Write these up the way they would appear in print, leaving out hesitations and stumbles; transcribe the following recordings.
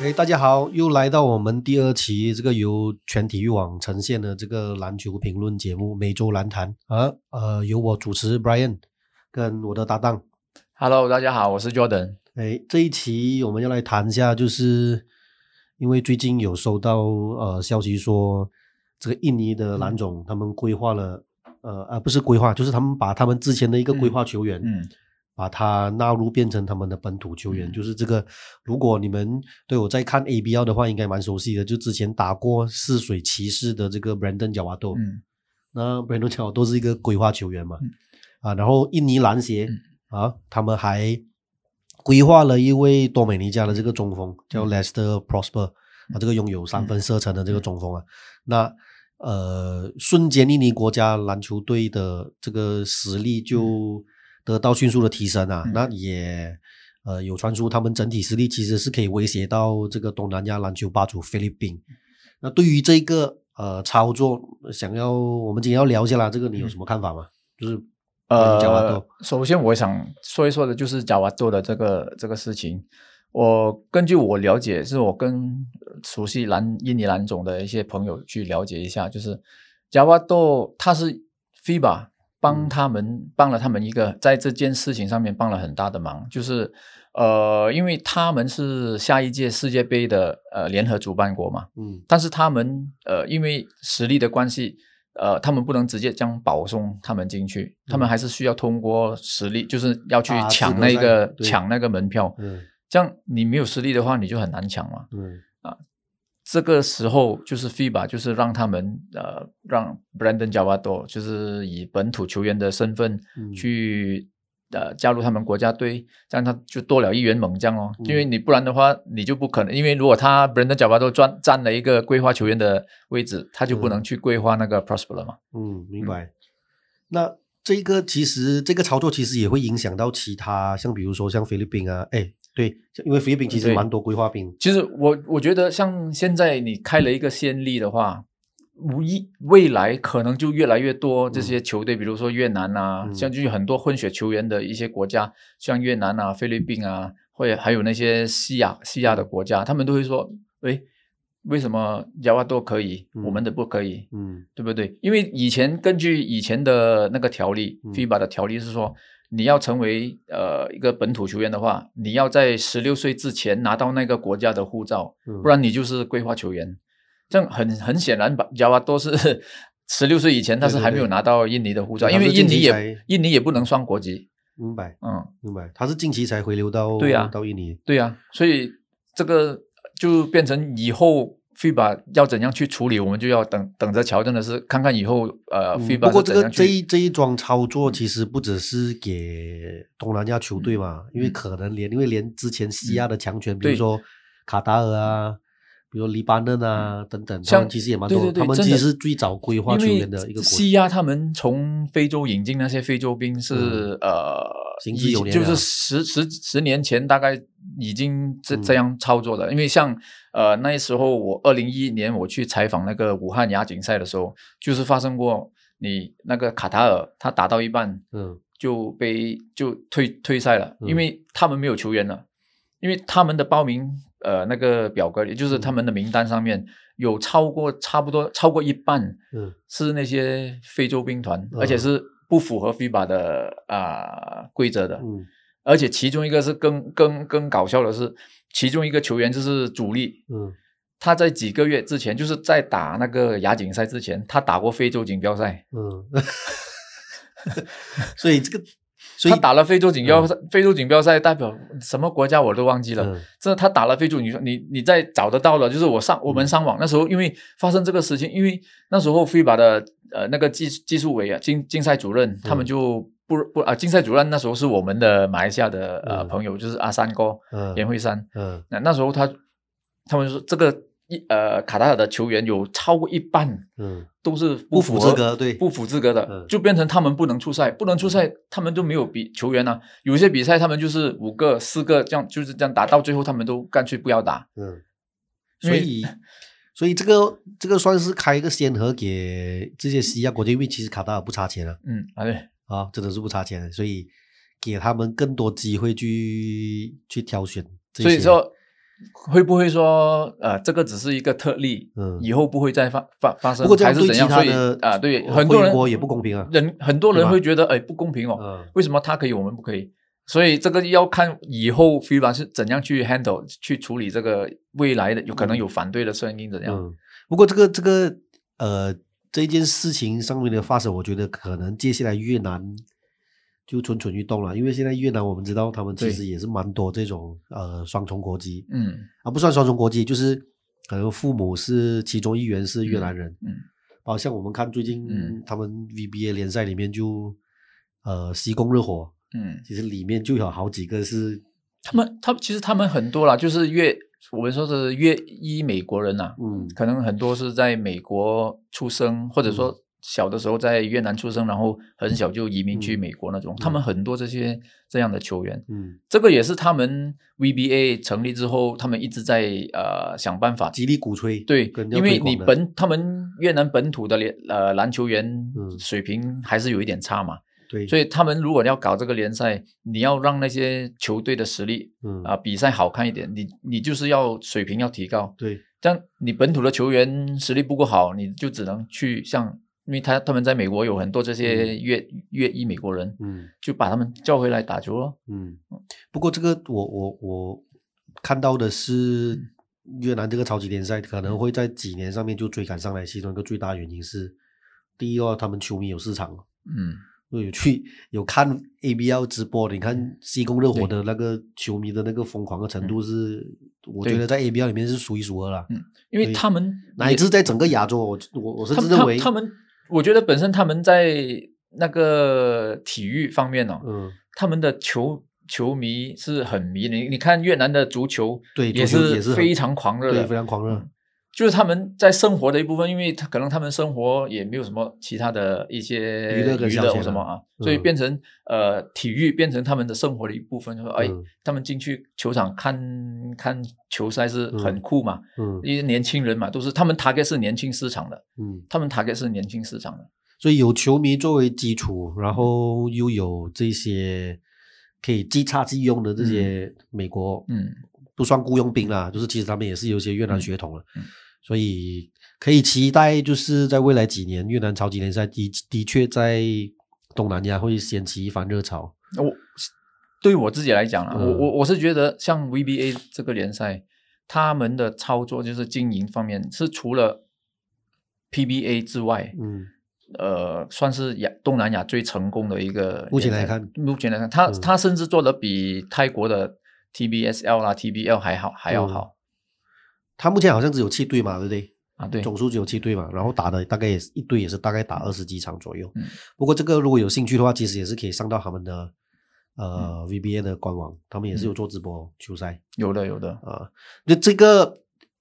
大家好，又来到我们第2期这个由全体育网呈现的这个篮球评论节目每周篮坛由我主持 Brian 跟我的搭档 Hello， 大家好，我是 Jordan。 这一期我们要来谈一下，就是因为最近有收到消息说这个印尼的蓝总他们规划了不是规划，就是他们把他们之前的一个规划球员把它纳入变成他们的本土球员，就是这个如果你们都有在看 ABL 的话应该蛮熟悉的，就之前打过泗水骑士的这个 Brandon Jawado，那 Brandon Jawado 是一个规划球员嘛，然后印尼篮协他们还规划了一位多美尼加的这个中锋叫 Lester Prosper，这个拥有3分射程的这个中锋那瞬间印尼国家篮球队的这个实力就得到迅速的提升那也有传出他们整体实力其实是可以威胁到这个东南亚篮球霸主菲律宾。那对于这个操作我们今天要聊一下啦，这个你有什么看法吗？就是首先我想说一说的就是Jawado的这个事情。根据我了解，是我跟熟悉印尼篮总的一些朋友去了解一下，就是Jawado他是 FIBA帮了他们一个在这件事情上面帮了很大的忙，就是因为他们是下一届世界杯的联合主办国嘛，但是他们因为实力的关系他们不能直接将保送他们进去，他们还是需要通过实力，就是要去抢那个门票，这样你没有实力的话你就很难抢嘛，这个时候就是 FIBA 就是让他们让 Brandon Jawado 就是以本土球员的身份去加入他们国家队，这样他就多了一员猛将因为你不然的话你就不可能，因为如果他 Brandon Jawado 占了一个规划球员的位置，他就不能去规划那个 Prosper 了嘛。 明白。那这个操作其实也会影响到其他，像比如说像菲律宾对，因为菲律宾其实蛮多规划兵。 其实我觉得像现在你开了一个先例的话，未来可能就越来越多这些球队，比如说越南像就有很多混血球员的一些国家，像越南菲律宾还有那些西亚的国家，他们都会说为什么Jawado可以我们的不可以，对不对？因为根据以前的那个条例FIBA 的条例是说，你要成为一个本土球员的话，你要在16岁之前拿到那个国家的护照，不然你就是规划球员。这样很显然Jawado是16岁以前他是还没有拿到印尼的护照，因为印尼也不能双国籍。 明白。他是近期才回流到印尼。 对啊，所以这个就变成以后 FIBA 要怎样去处理，我们就要等着瞧，真的是看看以后FIBA 不过这一桩操作其实不只是给东南亚球队嘛，因为可能连之前西亚的强权，比如说卡塔尔比如黎巴嫩等等，他们其实也蛮多， 对， 他们其实是最早规划球员的一个国家。 西亚他们从非洲引进那些非洲兵是行之有年， 就是十年前大概已经这样操作的。因为像那时候我2011年我去采访那个武汉亚锦赛的时候，就是发生过你那个卡塔尔他打到一半就退赛了，因为他们没有球员了，因为他们的报名那个表格里，就是他们的名单上面有差不多超过一半是那些非洲兵团，而且是不符合 FIBA 的规则的，而且其中一个是更搞笑的是，其中一个球员就是主力，他在几个月之前，就是在打那个亚锦赛之前，他打过非洲锦标赛， 所以他打了非洲锦标赛代表什么国家我都忘记了。这他打了非洲，你再找得到了，就是我们上网那时候，因为发生这个事情，因为那时候 FIBA 的那个技术委竞赛主任，他们就竞赛主任那时候是我们的马来西亚的朋友，就是阿三哥严慧山。那时候他们说这个卡塔尔的球员有超过一半都是不符资格的，就变成他们不能出赛，他们就没有球员啊。有些比赛他们就是5个4个这样，就是这样打到最后他们都干脆不要打。 所以这个算是开一个先河给这些西亚国家，因为其实卡塔尔不差钱了。 对真的是不差钱的，所以给他们更多机会去挑选这些。 所以说会不会说这个只是一个特例，以后不会再发生， 不过这样还是怎样？所以对很多人也不公平啊， 很多人会觉得不公平哦，为什么他可以我们不可以？所以这个要看以后 FIBA 是怎样去 handle 去处理这个未来的有可能有反对的声音怎样？ 不过这个这一件事情上面的发生，我觉得可能接下来越南就蠢蠢欲动了，因为现在越南我们知道他们其实也是蛮多这种双重国籍，不算双重国籍，就是可能父母是其中一员是越南人，好像我们看最近他们 VBA 联赛里面就西贡热火，其实里面就有好几个是其实他们很多啦，就是我们说的越裔美国人啊，可能很多是在美国出生，或者说小的时候在越南出生，然后很小就移民去美国那种，他们很多这样的球员，这个也是他们 VBA 成立之后，他们一直在想办法极力鼓吹， 对，因为他们越南本土的篮球员水平还是有一点差嘛。 对， 所以他们如果要搞这个联赛，你要让那些球队的实力比赛好看一点，你就是要水平要提高。 对， 这样你本土的球员实力不够好，你就只能去因为他们在美国有很多这些越裔美国人，就把他们叫回来打球咯。 不过这个我看到的是越南这个超级联赛可能会在几年上面就追赶上来，其中一个最大原因是第一他们球迷有市场，有看 ABL 直播，你看西贡热火的那个球迷的那个疯狂的程度是，我觉得在 ABL 里面是数一数二啦。 因为他们乃至在整个亚洲，我甚至认为我觉得本身他们在那个体育方面他们的球迷是很迷，你看越南的足球， 对， 也是非常狂热的， 对，非常狂热。 就是他们在生活的一部分，因为可能他们生活也没有什么其他的一些娱乐或什么所以变成体育变成他们的生活的一部分。就说他们进去球场看球赛是很酷嘛，因为年轻人嘛，都是他们 target 是年轻市场的，他们 target 是年轻市场的， 所以有球迷作为基础，然后又有这些可以即插即用的这些美国，不算雇佣兵啦，就是其实他们也是有一些越南血统了。所以可以期待，就是在未来几年，越南超级联赛的确在东南亚会掀起一番热潮。 对我自己来讲我是觉得像 VBA 这个联赛，他们的操作就是经营方面是除了 PBA 之外，算是东南亚最成功的一个。 目前来看， 他甚至做的比泰国的 TBSL 啦 TBL 还要好。 他目前好像只有7队嘛，对不对？ 对， 总数只有7队嘛，然后打的大概一队也是大概打20几场左右。不过这个如果有兴趣的话，其实也是可以上到他们的VBA 的官网，他们也是有做直播球赛。 有的就这个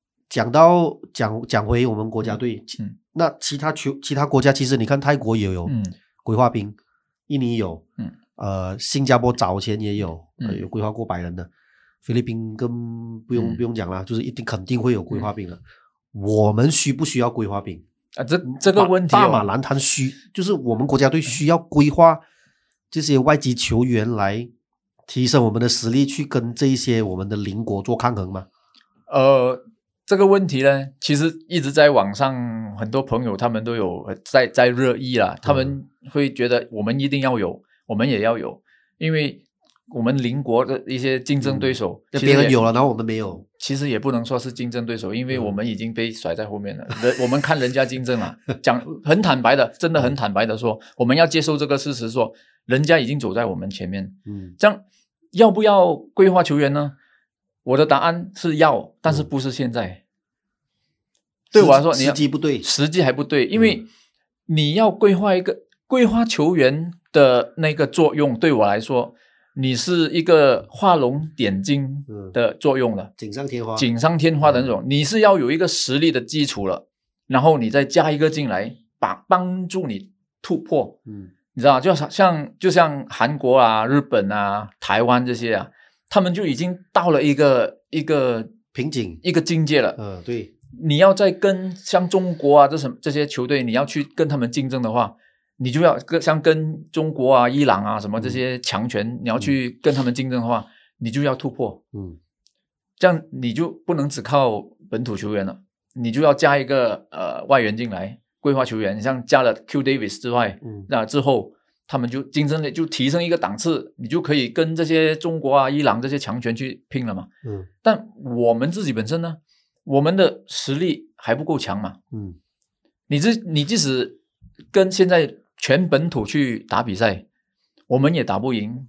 讲回我们国家队，那其他国家其实你看泰国也有规划兵，印尼有，新加坡早前也有有规划过100人的。菲律宾更不用讲啦，就是肯定会有规划兵的。我们需不需要规划兵这个问题大马篮坛就是我们国家队需要规划这些外籍球员来提升我们的实力，去跟这一些我们的邻国做抗衡吗？ 这个问题呢，其实一直在网上，很多朋友他们都有在热议啦，他们会觉得我们一定要有，我们也要有，因为我们邻国的一些竞争对手， 别人有了，然后我们没有。 其实也不能说是竞争对手，因为我们已经被甩在后面了。我们看人家竞争了，讲很坦白的，真的很坦白的说，我们要接受这个事实，说人家已经走在我们前面。这样要不要规划球员呢？我的答案是要，但是不是现在。对我来说， 时机不对， 时机还不对，因为你要规划球员的那个作用，对我来说。你是一个画龙点睛的作用了， 锦上添花的那种，你是要有一个实力的基础了，然后你再加一个进来，帮助你突破。你知道，就像韩国啊、日本啊、台湾这些啊，他们就已经到了一个瓶颈、 一个境界了。 对， 你要再跟像中国啊这些球队，你要去跟他们竞争的话。你就要像跟中国啊、伊朗啊什么这些强权，你要去跟他们竞争的话，你就要突破。 这样你就不能只靠本土球员了，你就要加一个外援进来，规划球员，像加了 Q Davis 之外，那之后他们就竞争力就提升一个档次，你就可以跟这些中国啊、伊朗这些强权去拼了嘛。但我们自己本身呢，我们的实力还不够强嘛。你即使跟现在全本土去打比赛，我们也打不赢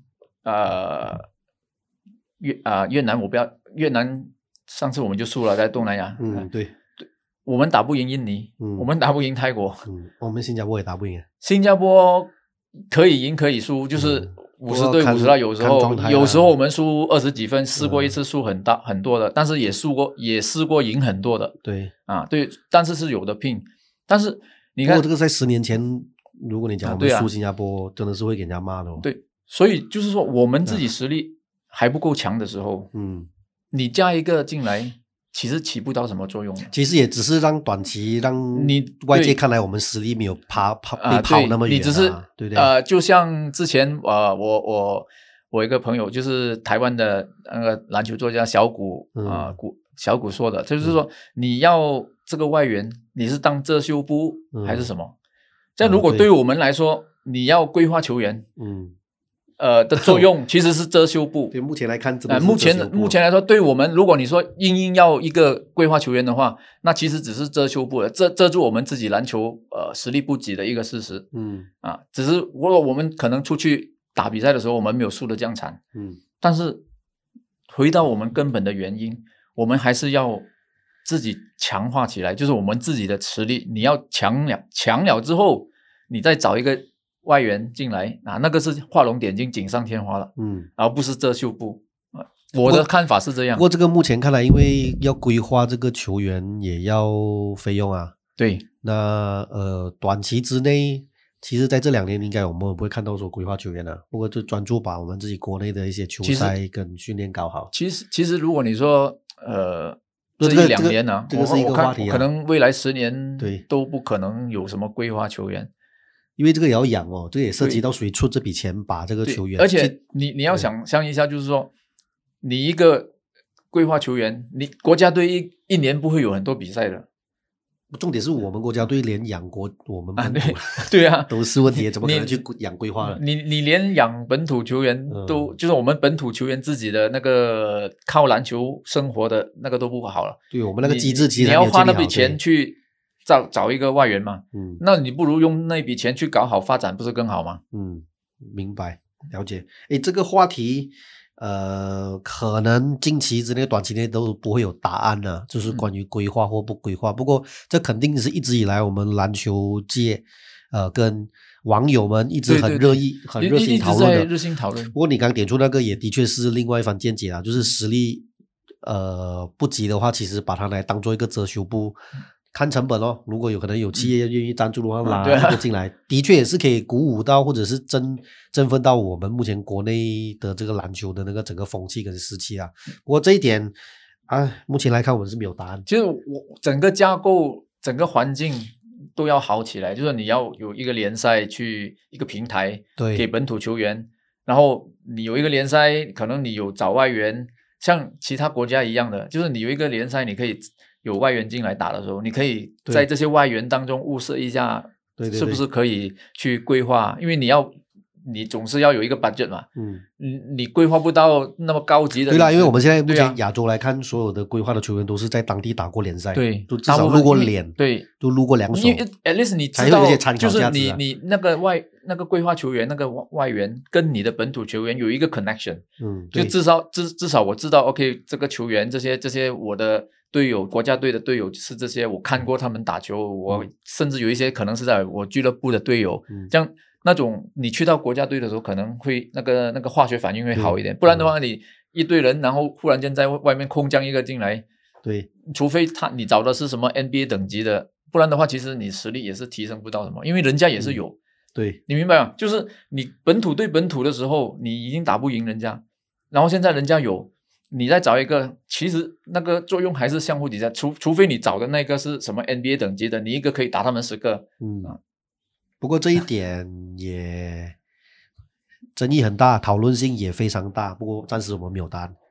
越南。越南上次我们就输了，在东南亚。 对， 我们打不赢印尼，我们打不赢泰国， 我们新加坡也打不赢。 新加坡可以赢可以输，就是50对50了。有时候我们输20几分，试过一次输很多的，但是也试过赢很多的。 对对，但是是有的拼。但是你看， 不过这个在10年前，如果你讲我们输新加坡，真的是会给人家骂的。 对，所以就是说我们自己实力还不够强的时候，你加一个进来，其实起不到什么作用。 其实也只是让短期让外界看来我们实力没有被跑那么远。 你只是对不对？ 就像之前我一个朋友就是台湾的那个篮球作家小谷小谷说的，就是说你要这个外援，你是当遮羞布还是什么？这样如果对于我们来说，你要规划球员，的作用其实是遮羞布。 对，目前来看， 目前来说，对我们，如果你说硬要一个规划球员的话，那其实只是遮羞布了，遮住我们自己篮球实力不及的一个事实。只是如果我们可能出去打比赛的时候，我们没有输得这样惨。但是回到我们根本的原因，我们还是要自己强化起来，就是我们自己的实力，你要强了之后，你再找一个外援进来那个是画龙点睛、锦上添花了，而不是遮羞布。我的看法是这样。 不过这个目前看来，因为要规划这个球员也要费用啊。 对， 那短期之内，其实在这2年应该我们不会看到说规划球员了，不过就专注把我们自己国内的一些球赛跟训练搞好。 其实如果你说这1-2年呢， 这个是一个话题可能未来10年都不可能有什么规划球员。 因为这个也要养这也涉及到谁出这笔钱把这个球员。 而且你要想象一下，就是说你一个规划球员，你国家队一年不会有很多比赛的。 重点是我们国家队连养我们本土对啊， 都是问题，怎么可能去养规划了？ 你连养本土球员都就是我们本土球员自己的那个靠篮球生活的那个都不好了。 对，我们那个机制其实你要花那笔钱去找一个外援嘛，那你不如用那笔钱去搞好发展，不是更好吗？ 明白，了解。这个话题可能近期之内短期内都不会有答案了，就是关于规划或不规划。不过这肯定是一直以来我们篮球界跟网友们一直很热心讨论的。 热心讨论。 不过你刚点出那个也的确是另外一番见解啦，就是实力不及的话，其实把它来当做一个遮羞布。看成本如果有可能有企业愿意赞助的话，拉这个进来，的确也是可以鼓舞到或者是振奋到我们目前国内的这个篮球的那个整个风气跟士气啊。不过这一点目前来看我们是没有答案。 其实整个架构、整个环境都要好起来，就是你要有一个联赛去一个平台给本土球员，然后你有一个联赛，可能你有找外援，像其他国家一样的，就是你有一个联赛，你可以有外援进来打的时候，你可以在这些外援当中物色一下，是不是可以去规划？因为你总是要有一个 budget 嘛。你规划不到那么高级的。 对啦，因为我们现在目前亚洲来看，所有的规划的球员都是在当地打过联赛， 对， 就至少露过脸， 对， 都露过2手。 因为 at least 你知道，就是你那个规划球员那个外援跟你的本土球员有一个 connection。就至少我知道 ，OK， 这个球员这些我的队友，国家队的队友是这些，我看过他们打球，我甚至有一些可能是在我俱乐部的队友，这样那种你去到国家队的时候，可能会那个化学反应会好一点，不然的话你一堆人，然后忽然间在外面空降一个进来， 对， 除非你找的是什么 NBA 等级的，不然的话其实你实力也是提升不到什么，因为人家也是有。 对， 你明白吗？就是你本土对本土的时候，你已经打不赢人家，然后现在人家有，你再找一个，其实那个作用还是相互抵消，除非你找的那个是什么 NBA 等级的，你一个可以打他们10个。 不过这一点也争议很大，讨论性也非常大，不过暂时我们没有答案。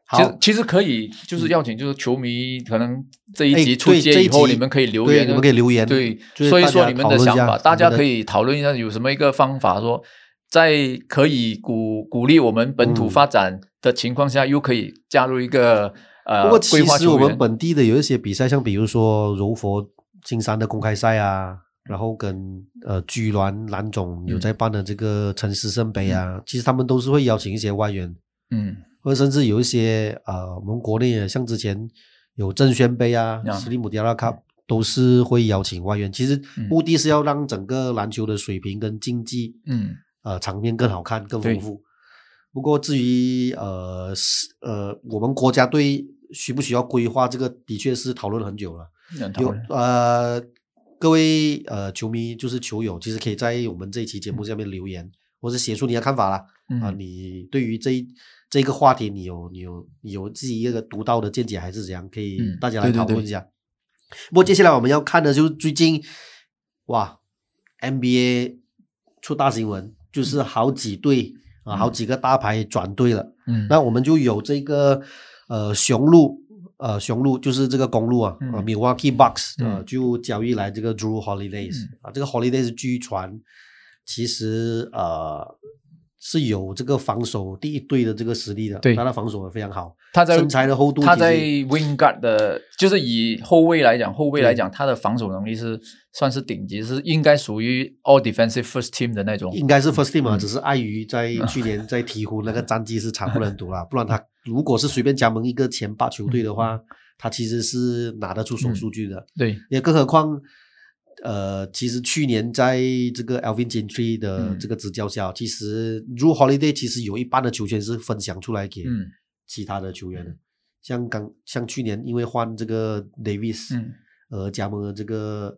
其实可以，就是邀请，就是球迷可能这一集出街以后，你们可以留言， 你们可以留言， 对，所以说你们的想法，大家可以讨论一下，有什么一个方法说，在可以鼓励我们本土发展的情况下，又可以加入一个不过其实我们本地的有一些比赛，像比如说柔佛金山的公开赛啊，然后跟居銮蓝总有在办的这个陈思胜杯啊，其实他们都是会邀请一些外援，或者甚至有一些我们国内像之前有郑轩杯啊、斯利姆迪亚拉 Cup 都是会邀请外援，其实目的是要让整个篮球的水平跟竞技场面更好看、更丰富。不过至于我们国家队需不需要规划，这个的确是讨论了很久了。各位球迷就是球友，其实可以在我们这一期节目下面留言，或是写出你的看法啦。你对于这个话题，你有自己一个独到的见解还是怎样？可以大家来讨论一下。不过接下来我们要看的就是最近NBA 出大新闻，就是好几队好几个大牌转队了。那我们就有这个雄鹿就是这个公鹿Milwaukee Bucks 就交易来这个 Drew Holiday 这个 Holiday 据传其实是有这个防守第一队的这个实力的，他的防守也非常好，身材的厚度， 他在 Wing Guard 的，就是以后卫来讲，他的防守能力是算是顶级，是应该属于 All Defensive First Team 的那种， 应该是 First Team 只是碍于在去年在鹈鹕那个战绩是惨不忍睹啦，不然他如果是随便加盟一个前8球队的话，他其实是拿得出手数据的。 对， 也更何况其实去年在这个 Alvin Gentry 的这个执教下，其实 Drew Holiday 其实有一半的球权是分享出来给其他的球员的，像去年因为换这个 Davis 加盟了这个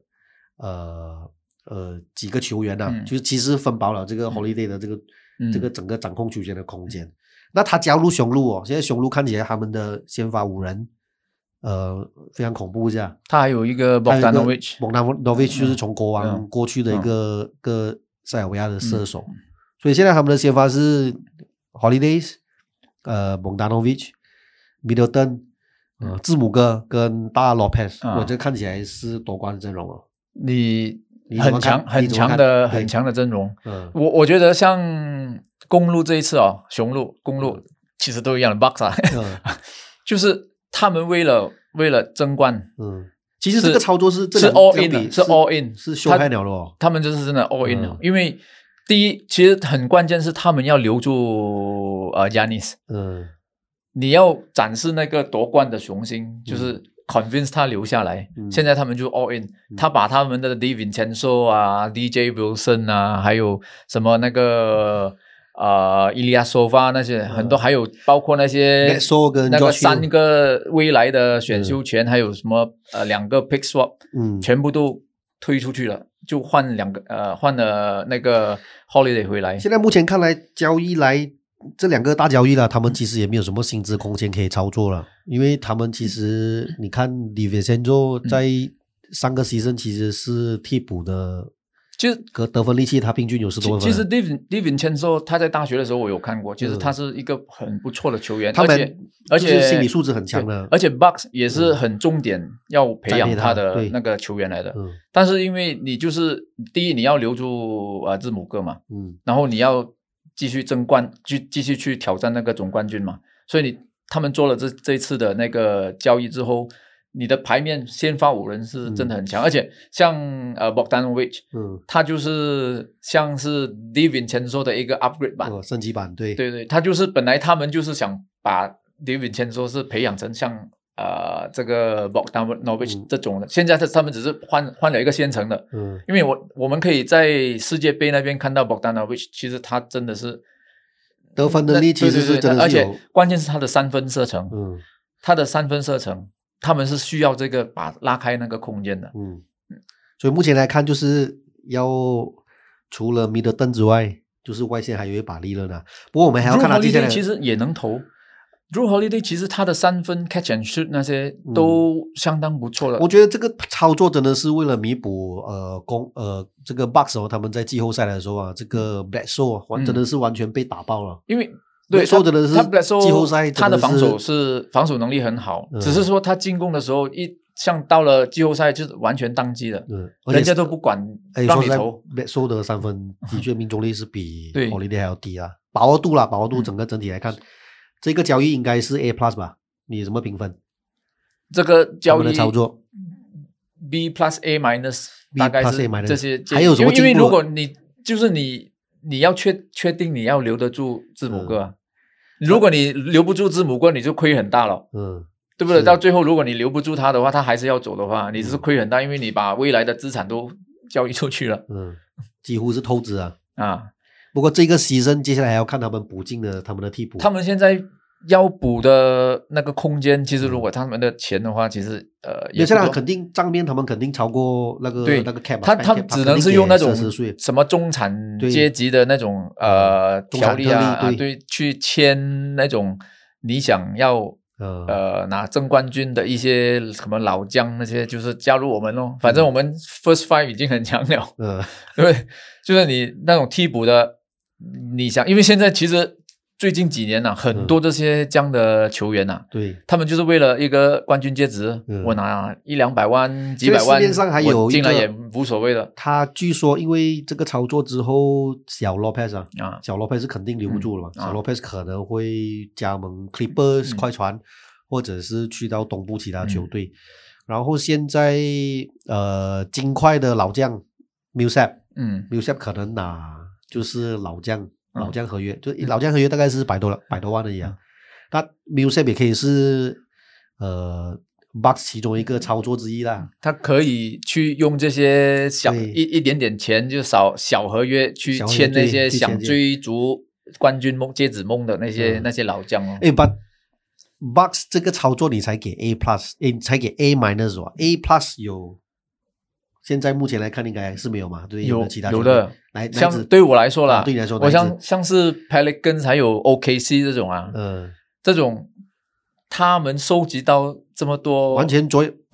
几个球员就是其实分薄了这个 Holiday 的这个整个掌控球权的空间。那他加入雄鹿现在雄鹿看起来他们的先发5人非常恐怖一下， 他还有一个 Bogdanovic 就是从国王过去的一个塞尔维亚的射手，所以现在他们的先发是 Holidays Bogdanovic Middleton 字母哥跟大 Lopez，我这看起来是夺冠阵容你很强的阵容。我觉得像公鹿这一次雄鹿公鹿其实都一样的 Bucks 就是他们为了争冠， 其实这个操作是 all in 的，是 all in， 是秀拍鸟了他们就是真的 all in 了，因为第一其实很关键是他们要留住Giannis，你要展示那个夺冠的雄心，就是convince 他留下来。现在他们就 all in，他把他们的 DiVincenzo DJ Wilson 还有什么那个Ilyasova 那些很多，还有包括那些那个3个未来的选秀权，还有什么2个 pick swap，全部都推出去了，就换了那个 Holiday 回来。 现在目前看来，交易来这2个大交易了，他们其实也没有什么薪资空间可以操作了，因为他们其实你看 DiVincenzo 在上个 season 其实是替补的。 其实得分力气他平均有10多分。 其实 DiVincenzo 他在大学的时候我有看过，其实他是一个很不错的球员，而且心理素质很强的， 而且 Bucks 也是很重点要培养他的那个球员来的。但是因为你就是第一你要留住字母哥嘛，然后你要继续争冠，继续去挑战那个总冠军嘛，所以他们做了这一次的那个交易之后，你的牌面先发5人是真的很强，而且像Bogdanovic，他就是像是 DiVincenzo 的一个 upgrade 版， 升级版，对， 他就是本来他们就是想把 DiVincenzo 是培养成像这个 Bogdanovic 这种的，现在他们只是换了一个现成的，因为我们可以在世界杯那边看到 Bogdanovic， 其实他真的是得分能力其实是真的是有， 而且关键是他的3分射程，他的3分射程。他们是需要这个拉开那个空间的， 所以目前来看，就是要除了 Middleton 之外，就是外线还有一把利刃不过我们还要看他接下来， 其实也能投。Drew Holiday 其实他的3分 catch and shoot 那些都相当不错的。 我觉得这个操作真的是为了弥补这个 Bucks 他们在季后赛的时候这个 Bledsoe 真的是完全被打爆了， 因为对， 说真的是季后赛他的防守能力很好，只是说他进攻的时候像到了季后赛就是完全宕机了，人家都不管让你投。 收的3分的确命中率是比 Holiday 还要低啊，把握度整个整体来看，这个交易应该是 A+ 吧？你怎么评分？ 这个交易的操作 B+ A-， 大概是这些。 还有什么？ 因为如果你要确定你要留得住字母哥，如果你留不住字母哥，你就亏很大了，对不对？到最后如果你留不住他的话，他还是要走的话，你是亏很大，因为你把未来的资产都交易出去了， 几乎是透支啊。不过这个牺牲接下来还要看他们补进的他们的替补， 他们现在要补的那个空间，其实如果他们的钱的话，其实也现在肯定账面他们肯定超过那个 cap， 他只能是用那种什么中产阶级的那种条例啊，对，去签那种你想要拿争冠军的一些什么老将那些，就是加入我们咯。反正我们 first five 已经很强了，对，就是你那种替补的，你想，因为现在其实。最近几年很多这些这样的球员对， 他们就是为了一个冠军戒指，我拿100-200万、几百万， 市面上还有进来也无所谓的。 他据说因为这个操作之后，小 Lopez 小 Lopez 是肯定留不住了嘛，小 Lopez 可能会加盟 Clippers 快船，或者是去到东部其他球队。然后现在金块的老将 Millsap 可能拿就是老将合约，就老将合约大概是100多万而已啊。那 Millsap 也可以是Bucks 其中一个操作之一啦。 他可以去用这些一点点钱，就小合约去签那些想追逐冠军戒指梦的那些老将哦。 Bucks 这个操作你才给 A+， 才给 A- 是吧 ？A+ 有。现在目前来看应该是没有嘛？对，有其他有的，像对我来说啦， 对你来说， 我像是 Pelicans 还有 OKC 这种这种他们收集到这么多， 完全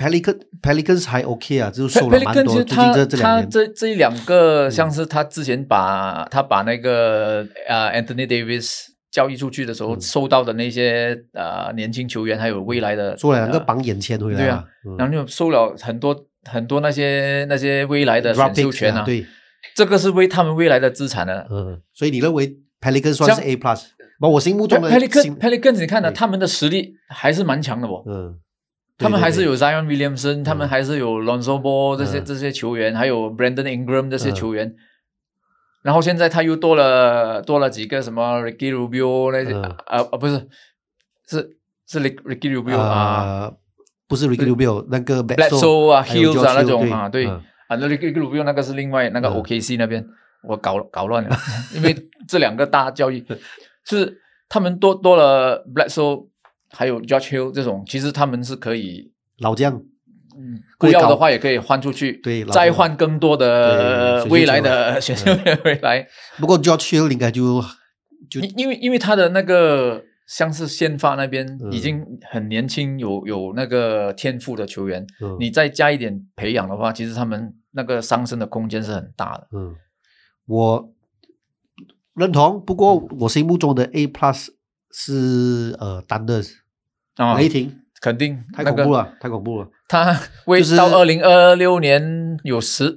Pelicans 还 OK 啊，就收了蛮多。最近这2年， 这2个像是他之前把那个Anthony Davis 交易出去的时候收到的那些年轻球员，还有未来的收了2个榜眼签回来， 对啊，然后就收了很多那些未来的选秀权对， 这个是为他们未来的资产的。 所以你认为 Pelicans 算是 A+？ 我心目中的 Pelicans 你看他们的实力还是蛮强的他们还是有 Zion Williamson，他们还是有 Lonzo Ball 这些球员，还有 Brandon Ingram 这些球员。然后现在他又多了几个什么 Ricky Rubio 那些不是是 Ricky Rubio 不是 Ricky Rubio 那个 Bledsoe Hills 那种对那 Ricky Rubio 那个是另外那个 OKC 那边我搞乱了，因为这2个大交易是他们多了 Bledsoe 还有 George Hill 这种，其实他们是可以老将， 不要的话也可以换出去， 对， 再换更多的未来的选秀员回来。 不过 George Hill 应该就因为他的那个。像是先发那边已经很年轻，有那个天赋的球员，你再加一点培养的话，其实他们那个上升的空间是很大的。 我认同。不过我心目中的 A+ 是丹德斯雷霆， 肯定太恐怖了，太恐怖了。 他到2026年有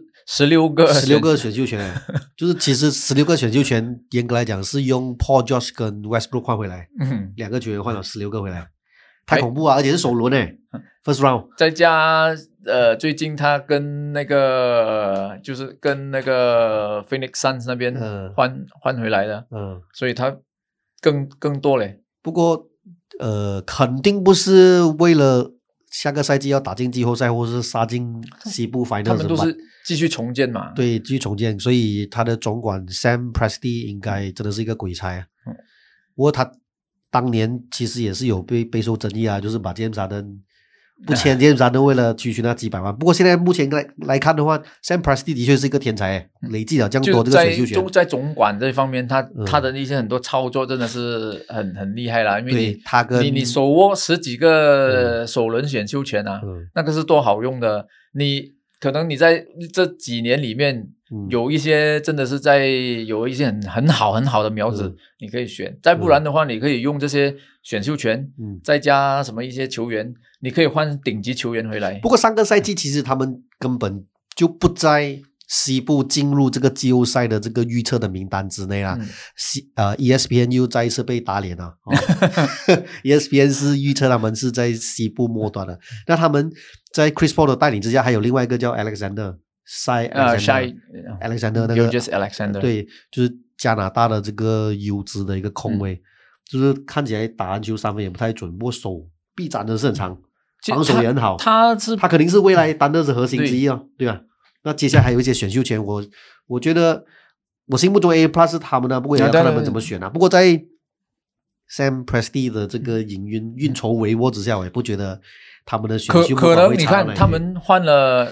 16个选秀权就是其实16个选秀权严格来讲是用 Paul George 跟 Westbrook 换回来，2个球员换了16个回来，太恐怖啊！而且是首轮first round， 再加最近他跟那个就是跟那个 Phoenix Suns 那边换回来的，所以他更多嘞。 不过肯定不是为了下个赛季要打进季后赛或是杀进西部 Finals， 他们都是继续重建嘛。 对，继续重建，所以他的总管 Sam Presti 应该真的是一个鬼才不过他当年其实也是有备受争议啊，就是把 James Harden 不签 James Harden 为了区区那几百万。不过现在目前来看的话 ，Sam Presti 的确是一个天才，累计了这样多这个选秀权。 就在总管这方面，他的一些很多操作真的是很厉害啦。因为你手握10几个首轮选秀权那个是多好用的。你可能你在这几年里面有一些真的是有一些很好的苗子，你可以选。再不然的话，你可以用这些选秀权，再加什么一些球员，你可以换顶级球员回来。 不过上个赛季其实他们根本就不在西部进入这个季后赛的这个预测的名单之内啦。ESPN 又再一次被打脸了。ESPN 是预测他们是在西部末端的。那他们在 Chris Paul 的带领之下，还有另外一个叫 Alexander 那个 Alexander 对，就是加拿大的这个优质的一个控卫，就是看起来打篮球三分也不太准，不过手臂展的是很长，防守也很好。他肯定是未来单的是核心之一哦，对吧？那接下来还有一些选秀权，我觉得我心目中 A+ 是他们的，不过也要看他们怎么选啊。不过在 Sam Presti 的这个运筹帷幄之下，我也不觉得他们的选秀可能你看他们换了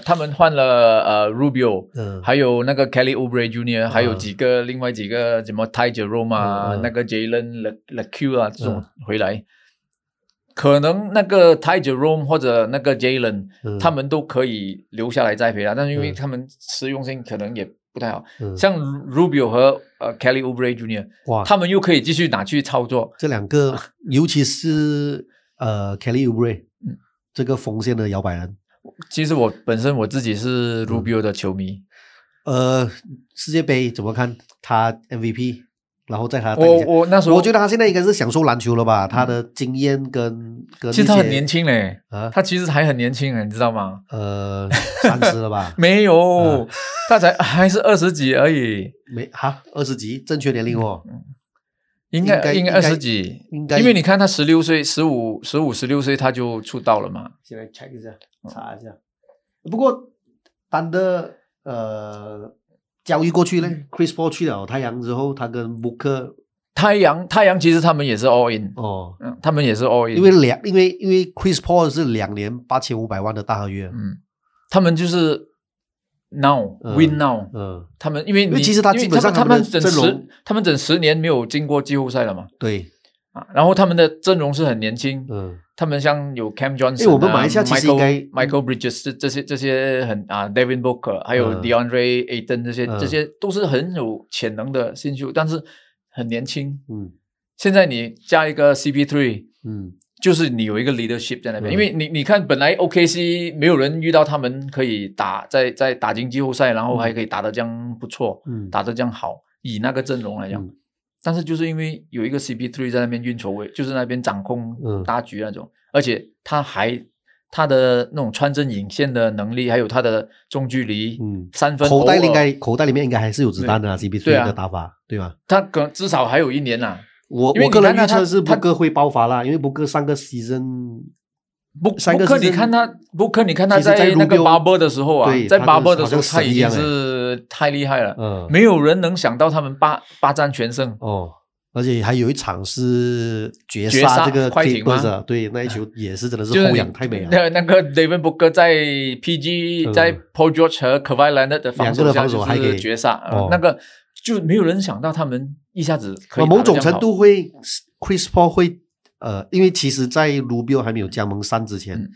Rubio，还有那个 Kelly Oubre Jr.，还有另外几个什么 Ty Jerome 啊，那个 Jalen Lecque 啊这种回来。可能那个 Ty Jerome 或者那个 Jalen，他们都可以留下来栽培啦，但是因为他们实用性可能也不太好。像 Rubio 和Kelly Oubre Jr.， 他们又可以继续拿去操作。 这两个，尤其是Kelly Oubre，这个锋线的摇摆人。 其实本身我自己是 Rubio 的球迷。 世界杯怎么看？他 MVP。然后在他我那时候我觉得他现在应该是享受篮球了吧，他的经验跟其实他很年轻嘞，他其实还很年轻，你知道吗 ？30了吧？ 没有，他还是20几而已。 20几，正确年龄哦。 应该20几，因为你看他16岁、15、16岁他就出道了嘛。 现在 check 一下，查一下。不过单的交易过去呢 ，Chris Paul 去了太阳之后，他跟 Booker 太阳其实他们也是 all in 他们也是 all in， 因为 Chris Paul 是2年8500万的大合约， 他们就是 win now，他们因为其实他基本上他们整 10年没有进过季后赛了嘛， 对然后他们的阵容是很年轻，他们像有 Cam Johnson， 我们马来西亚其实应该 Michael Bridges 这些很Devin Booker， 还有 DeAndre Ayton 这些都是很有潜能的新秀，但是很年轻。现在你加一个 CP3，就是你有一个 leadership 在那边，因为你看本来 OKC 没有人遇到他们可以在打进季后赛，然后还可以打得这样不错，打得这样好，以那个阵容来讲。但是就是因为有一个 CP3 在那边运筹位，就是那边掌控大局那种，而且他的那种穿针引线的能力，还有他的中距离三分，口袋里面应该还是有子弹的啊 CP3 的打法，对吧？ 他可能至少还有1年啦。 我个人预测是Booker会爆发啦，因为Booker上个 season。 Booker 你看他在那个 Bubble 的时候啊，在 Bubble 的时候他已经是太厉害了，没有人能想到他们八战全胜而且还有一场是绝杀这个快艇吗？ 对，那一球也是真的是后仰太美了。 那个 Devin Booker 在 PG 在 Paul George 和 Kawhi Leonard 的防守下就是绝杀，那个就没有人想到他们一下子可以打得这样好。 某种程度会 Chris Paul 会因为其实在 Rubio 还没有加盟3之前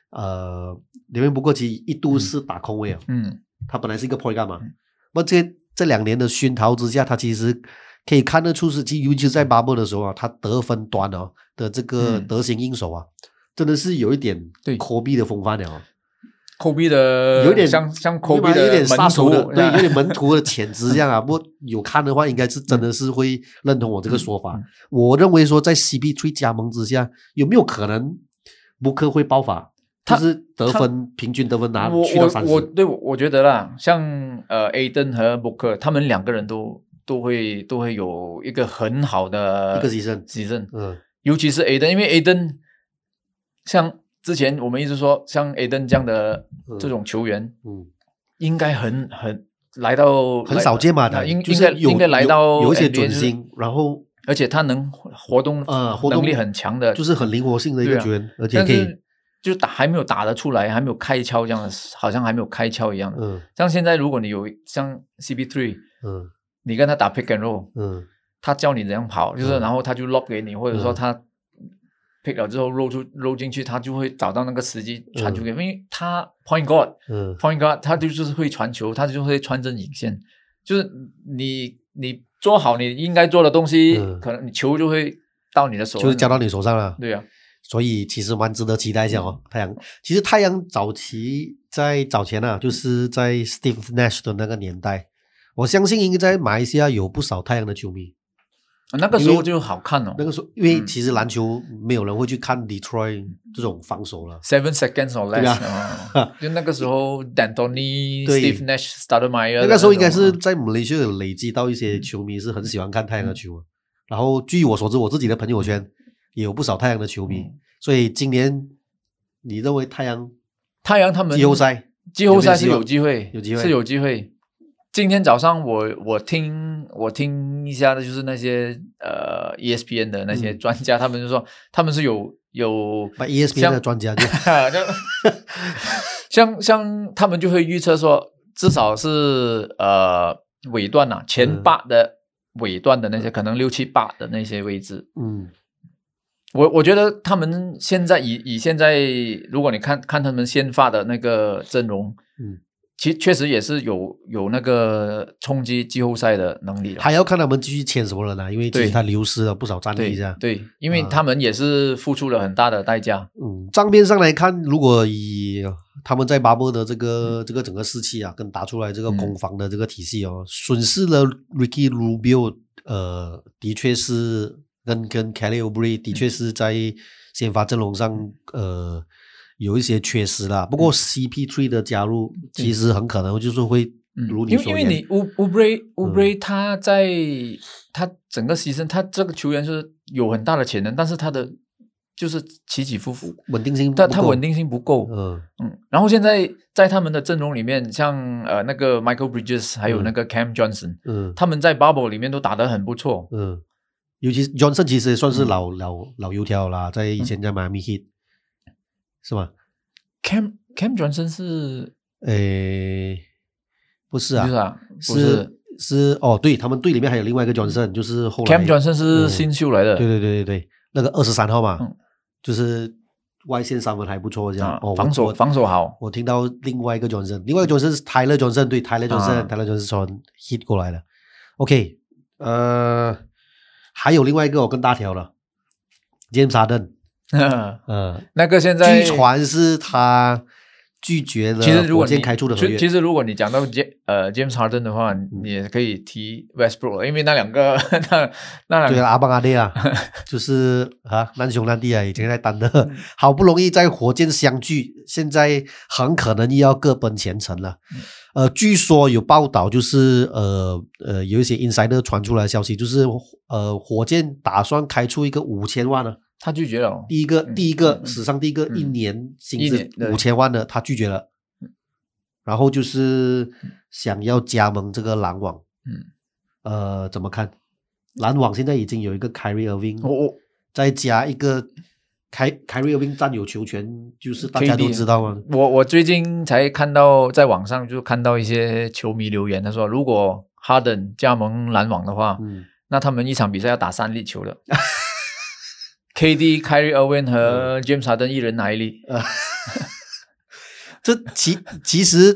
Devin Booker 其实一度是打控卫啊，他本来是一个 point guard 嘛，那这2年的熏陶之下，他其实可以看得出是，尤其是在 Bubble 的时候啊，他得分端的这个得心应手啊，真的是有一点Kobe 的风范了。 Kobe 的有点像 Kobe 的有点杀手的， 对， 有点门徒的潜质这样啊。不过有看的话，应该是真的是会认同我这个说法。我认为说，在 CP3 加盟之下，有没有可能Booker会爆发？就是平均得分拿去到30。 我觉得啦，像Ayton 和 Booker 他们2个人都会有一个很好的一个season， 尤其是 Ayton， 因为 Ayton 像之前我们一直说，像 Ayton 这样的这种球员，应该很来到很少见嘛的， 应该来到有一些准心，然后而且他能活动能力很强的， 就是很灵活性的一个球员，而且可以就还没有打得出来，还没有开窍这样的，好像还没有开窍一样的。像现在如果你有像 CP3，你跟他打 pick and roll，他教你怎样跑，就是然后他就 lock 给你，或者说他 pick 了之后漏进去，他就会找到那个时机传球给，因为他 point guard，point guard 他就是会传球，他就会穿针引线，就是你做好你应该做的东西，可能你球就会到你的手上， 就是交到你手上了。 对啊， 所以其实蛮值得期待一下哦。太阳其实太阳早前啊，就是在 Steve Nash 的那个年代，我相信应该在马来西亚有不少太阳的球迷。 那个时候就好看哦。 那个时候，因为其实篮球没有人会去看 Detroit 这种防守了。 7 seconds or less，就那个时候 D'Antoni、Steve Nash、Stoudemire， 那个时候应该是在马来西亚有累积到一些球迷是很喜欢看太阳的球。然后据我所知，我自己的朋友圈也有不少太阳的球迷。所以今年你认为太阳他们季后赛是有机会，是有机会。今天早上我听一下的就是那些ESPN 的那些专家，他们就说他们是有 ESPN 的专家像他们就会预测说至少是尾段啊，前8的尾段的那些可能6、7、8的那些位置。我觉得他们现在以现在如果你看他们先发的那个阵容，其实确实也是有那个冲击季后赛的能力了。 还要看他们继续签什么人啊，因为其实他流失了不少战力这样。 对，因为他们也是付出了很大的代价。 账面上来看，如果以他们在巴博的这个整个士气啊，跟打出来这个攻防的这个体系哦，损失了 Ricky Rubio， 的确是跟 Kelly Oubre 的确是在先发阵容上有一些缺失啦。不过 CP3 的加入其实很可能就是会如你所言， 因为你 Oubre 他在他整个season，他这个球员是有很大的潜能，但是他的就是起起伏伏， 稳定性不够， 他稳定性不够。然后现在在他们的阵容里面，像那个 Michael Bridges 还有那个 Cam Johnson，他们在 Bubble 里面都打得很不错。 尤其 Johnson 其实也算是老油条啦，在以前在 Miami Heat。是吗 ？Cam Johnson 是不是啊？ 不是哦，对，他们队里面还有另外一个 Johnson，就是后来 Cam Johnson 是新秀来的。 对，那个23号嘛，就是外线三分还不错这样。 防守好。 我听到另外一个 Johnson， 是 Tyler Johnson， 对 Tyler Johnson 是从 Heat 过来的。OK， 还有另外一个我更大条了 ，James Harden。 那个现在据传是他拒绝了火箭开出的合约。 其实如果你讲到James Harden 的话，你也可以提 Westbrook， 因为那两个对阿邦阿弟啊，就是难兄难弟啊，以前在单的，好不容易在火箭相聚，现在很可能又要各奔前程了。据说有报道，就是有一些 insider 传出来的消息，就是火箭打算开出一个5000万了。 他拒绝了。 第一个史上第一个一年薪资5000万的，他拒绝了。然后就是想要加盟这个篮网。怎么看？篮网现在已经有一个 Kyrie Irving，再加一个Kyrie Irving 占有球权，就是大家都知道吗？ 我最近才看到在网上就看到一些球迷留言，他说如果 Harden 加盟篮网的话，那他们一场比赛要打3粒球了。KD、Kyrie Irving 和 James Harden 一人拿1粒。 这其实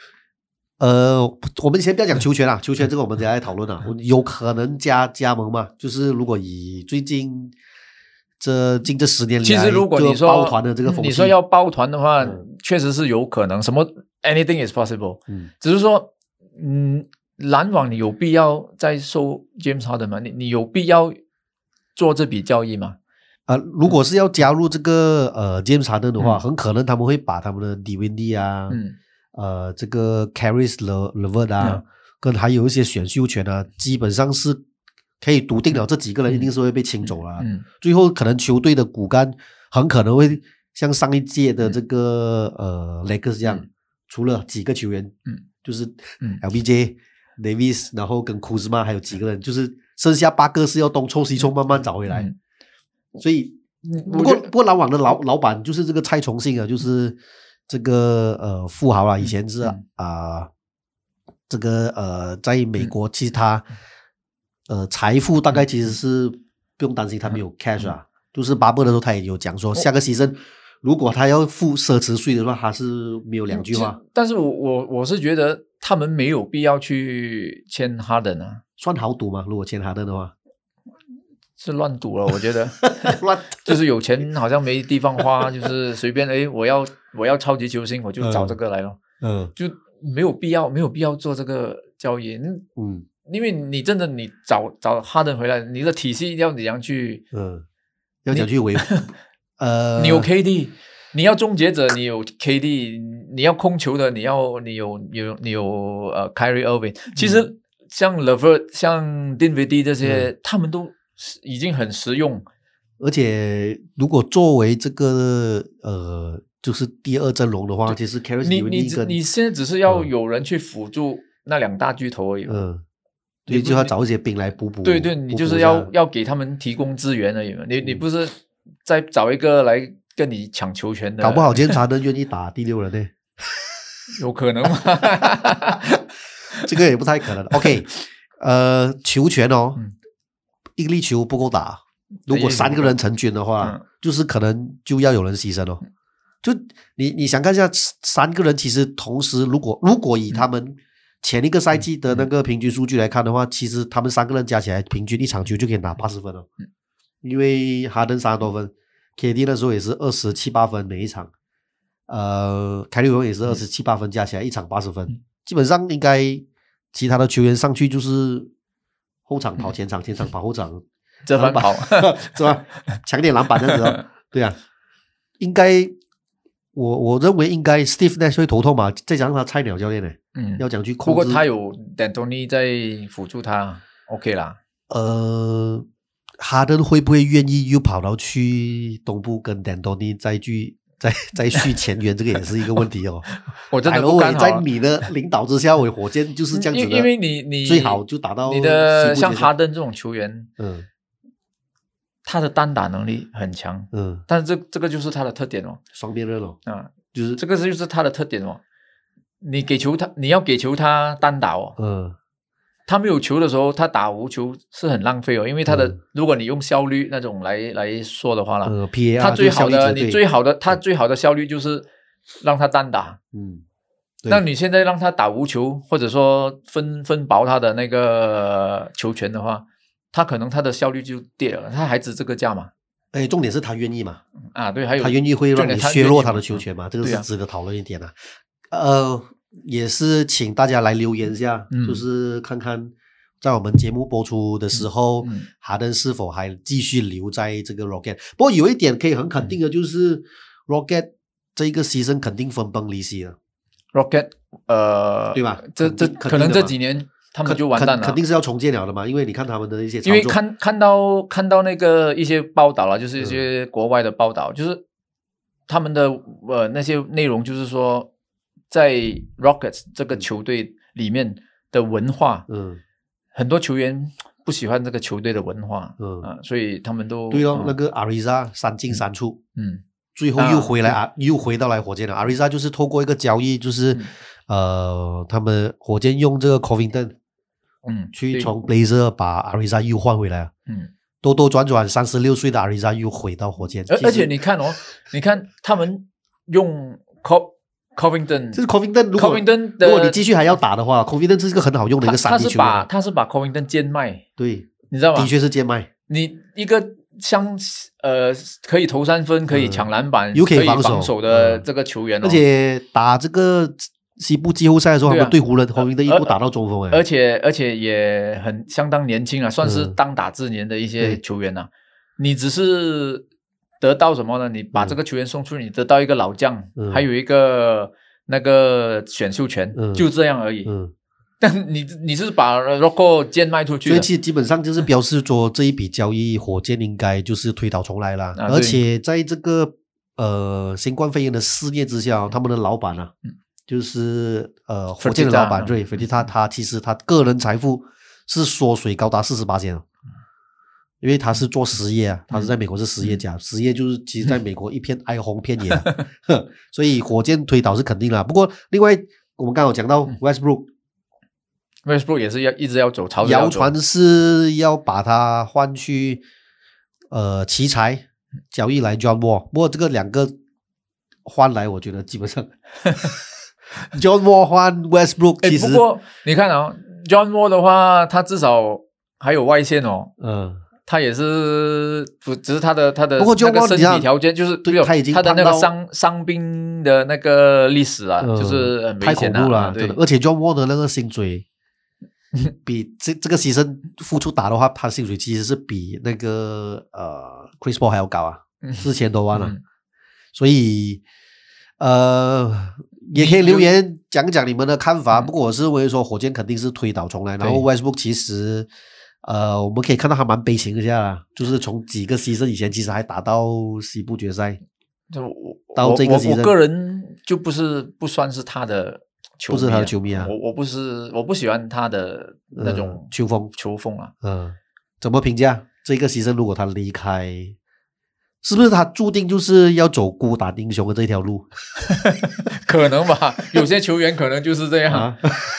我们先不要讲球权啦，球权这个我们等一下来讨论啦。有可能加盟嘛？就是如果以最近这10年来， 其实如果你说抱团的这个风气， 你说要抱团的话，确实是有可能，什么 anything is possible。只是说，篮网你有必要再收 James Harden 吗？你有必要做这笔交易吗？ 如果是要加入这个James Harden 的话，很可能他们会把他们的 Dinwiddie 啊，这个 Caris LeVert 啊，跟还有一些选秀权啊，基本上是可以笃定了，这几个人一定是会被清走了。最后可能球队的骨干很可能会像上一届的这个Lakers 这样，除了几个球员，就是 LBJ、Davis， 然后跟 Kuzma 还有几个人，就是剩下8个是要东凑西凑慢慢找回来。所以，不过篮网的老板就是这个蔡崇信啊，就是这个富豪啊，以前是这个在美国其实他财富大概其实是不用担心他没有 cash 啊， 就是巴伯的时候他也有讲说，下个season如果他要付奢侈税的话，他是没有2句话。 但是我是觉得他们没有必要去签哈登啊， 算豪赌吗？如果签哈登的话， 是乱赌了，我觉得就是有钱好像没地方花，就是随便我要超级球星，我就找这个来咯。就没有必要做这个交易。因为你真的你找哈登回来，你的体系要怎样去要怎样去维护你有 KD， 你要终结者，你有 KD， 你要控球的，你有Kyrie Irving。其实像 LeVert 像 Dinwiddie 这些他们都已经很实用。 而且如果作为这个就是第二阵容的话，其实 Caris 你现在只是要有人去辅助那2大巨头而已。 对，就要找一些兵来补。 对，你就是要给他们提供资源而已嘛。你不是再找一个来跟你抢球权的， 搞不好今天查登愿意打第6人呢？ 有可能吗？ 这个也不太可能。OK， 球权一粒球不够打，如果3个人成军的话，就是可能就要有人牺牲哦。就你想看一下，3个人其实同时，如果以他们前一个赛季的那个平均数据来看的话，其实他们3个人加起来平均一场球就可以拿80分了。因为哈登30多分，KD 那时候也是27、8分每一场，凯利文也是27、8分，加起来一场80分。基本上应该其他的球员上去就是后场跑前场，前场跑后场， 这番跑是吧？抢点篮板这样子哦。对啊，应该我认为应该 Steve Nash 会头痛嘛，再加上他菜鸟教练呢，要讲去控制。 不过他有 D'Antoni 在辅助他 ，OK 啦。 哈登会不会愿意又跑到去东部跟 D'Antoni 再续前缘，这个也是一个问题哦。 我真的不看好。 在你的领导之下，火箭就是这样子的。 因为你最好就打到你的像哈登这种球员，他的单打能力很强，但是这个就是他的特点哦， 双边刃哦， 就是这个就是他的特点哦。你要给球他单打哦，他没有球的时候，他打无球是很浪费哦，因为如果你用效率那种来说的话啦 ，PAR 他最好的效率就是让他单打，那你现在让他打无球，或者说分薄他的那个球权的话，他可能他的效率就跌了，他还值这个价嘛？ 重点是他愿意嘛？ 对，还有他愿意会让你削弱他的球权嘛？这个是值得讨论一点的。也是请大家来留言一下，就是看看在我们节目播出的时候，哈登是否还继续留在这个 Rocket。不过有一点可以很肯定的就是 Rocket 这一个season肯定分崩离析了。 Rocket 对吧？ 这可能这几年他们就完蛋了， 肯定是要重建了的嘛。因为你看他们的一些操作， 因为看到那个一些报道了，就是一些国外的报道，就是他们的那些内容，就是说在 Rockets 这个球队里面的文化，很多球员不喜欢这个球队的文化，所以他们都对那个 Ariza 3进3出，最后又回到来火箭了。Ariza 就是透过一个交易，就是他们火箭用这个 Covington，去从 Blazer 把 Ariza 又换回来，兜兜转转36岁的 Ariza 又回到火箭。 而且你看他们用 Covington， 就是 Covington， 如果你继续还要打的话 ，Covington 是一个很好用的一个3D球员。 他是把 Covington 贱卖， 对， 你知道吗？ 的确是贱卖。 你一个像可以投3分，可以抢篮板， 又可以防守的这个球员， 而且打这个西部季后赛的时候，他们对湖人Covington一步打到中锋， 而且也很相当年轻啊，算是当打之年的一些球员啊。你只是得到什么呢？你把这个球员送出去，你得到一个老将，还有一个那个选秀权，就这样而已。但你是把 Rocco 贱卖出去的， 所以其实基本上就是表示说这一笔交易，火箭应该就是推倒重来了。而且在这个新冠肺炎的肆虐之下，他们的老板啊，就是火箭的老板对，菲利他其实他个人财富是缩水高达40%。因为他是做实业啊，他是在美国是实业家，实业就是其实在美国一片哀鸿遍野，所以火箭推倒是肯定了。不过另外我们刚好讲到 Westbrook 也是一直要走， 谣传是要把他换去奇才交易来 John Wall， 不过这个两个换来，我觉得基本上John Wall 换 Westbrook， 其实不过你看啊 ，John Wall 的话，他至少还有外线哦，他也是只是他的不过那个身体条件就是他已经他的那个伤兵的那个历史啊，就是很危险太恐怖了，真的。而且 John Wall 的那个薪水比这个牺牲付出打的话，他薪水其实是比那个Chris Paul 还要高啊，4000多万了。所以也可以留言讲讲你们的看法。不过我是认为说火箭肯定是推倒重来，然后 Westbrook 其实我们可以看到他蛮悲情一下啦，就是从几个牺牲以前其实还打到西部决赛，到这个牺牲我个人就不算是他的球迷， 不是他的球迷啊， 我不喜欢他的那种球风啊。 怎么评价这个牺牲？如果他离开，是不是他注定就是要走孤打英雄的这条路？ 可能吧，有些球员可能就是这样。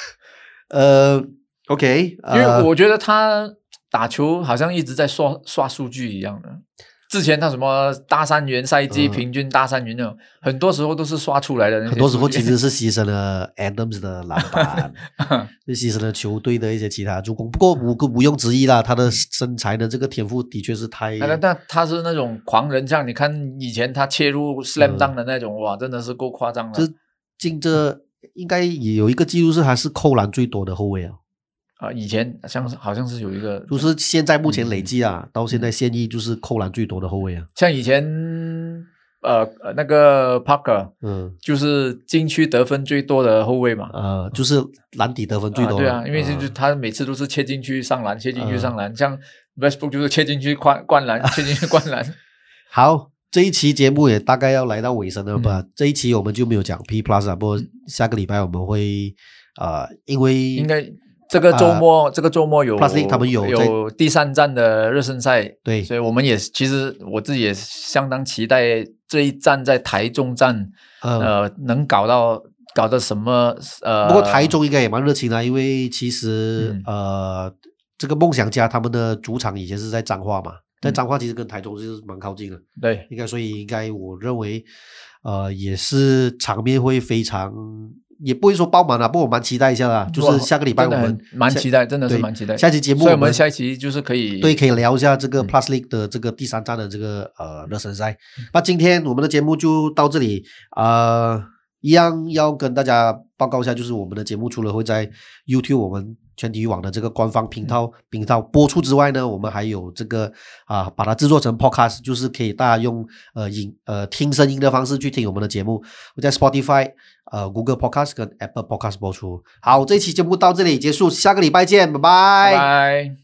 OK， 因为我觉得他打球好像一直在刷数据一样的。之前他什么大三元赛季平均大三元那种，很多时候都是刷出来的。 很多时候其实是牺牲了 Adams 的篮板，就牺牲了球队的一些其他助攻。不过毋庸置疑啦，他的身材的这个天赋的确是太…… 那他是那种狂人，像你看以前他切入 slam dunk 的那种，哇，真的是够夸张了。 这应该也有一个记录是还是扣篮最多的后卫啊。 以前好像是有一个， 就是现在目前累计到现在现役就是扣篮最多的后卫啊。 像以前那个 Parker， 就是禁区得分最多的后卫嘛， 就是篮底得分最多的。 对啊，因为就是他每次都是切进去上篮，切进去上篮，像 Westbrook 就是切进去灌篮，切进去灌篮。 好，这一期节目也大概要来到尾声了吧？这一期我们就没有讲 P Plus 啊，不过下个礼拜我们会因为应该。这个周末有 Plus League 他们有第3站的热身赛， 对， 所以我们也其实我自己也相当期待这一站在台中站，能搞到什么不过台中应该也蛮热情的，因为其实这个梦想家他们的主场以前是在彰化嘛，在彰化其实跟台中是蛮靠近的， 对， 所以应该我认为也是场面会非常。也不会说爆满了，不过我蛮期待一下啦。就是下个礼拜我们蛮期待，真的是蛮期待。 下期节目， 所以我们下一期就是可以聊一下这个 Plus League 的这个第3站的这个热身赛。那今天我们的节目就到这里一样要跟大家报告一下，就是我们的节目除了会在 YouTube 我们全体育网的这个官方频道播出之外呢，我们还有这个把它制作成 Podcast， 就是可以大家用听声音的方式去听我们的节目，会在 Spotify、Google Podcast 跟 Apple Podcast 播出。好，这期节目到这里结束，下个礼拜见，拜拜。 拜拜。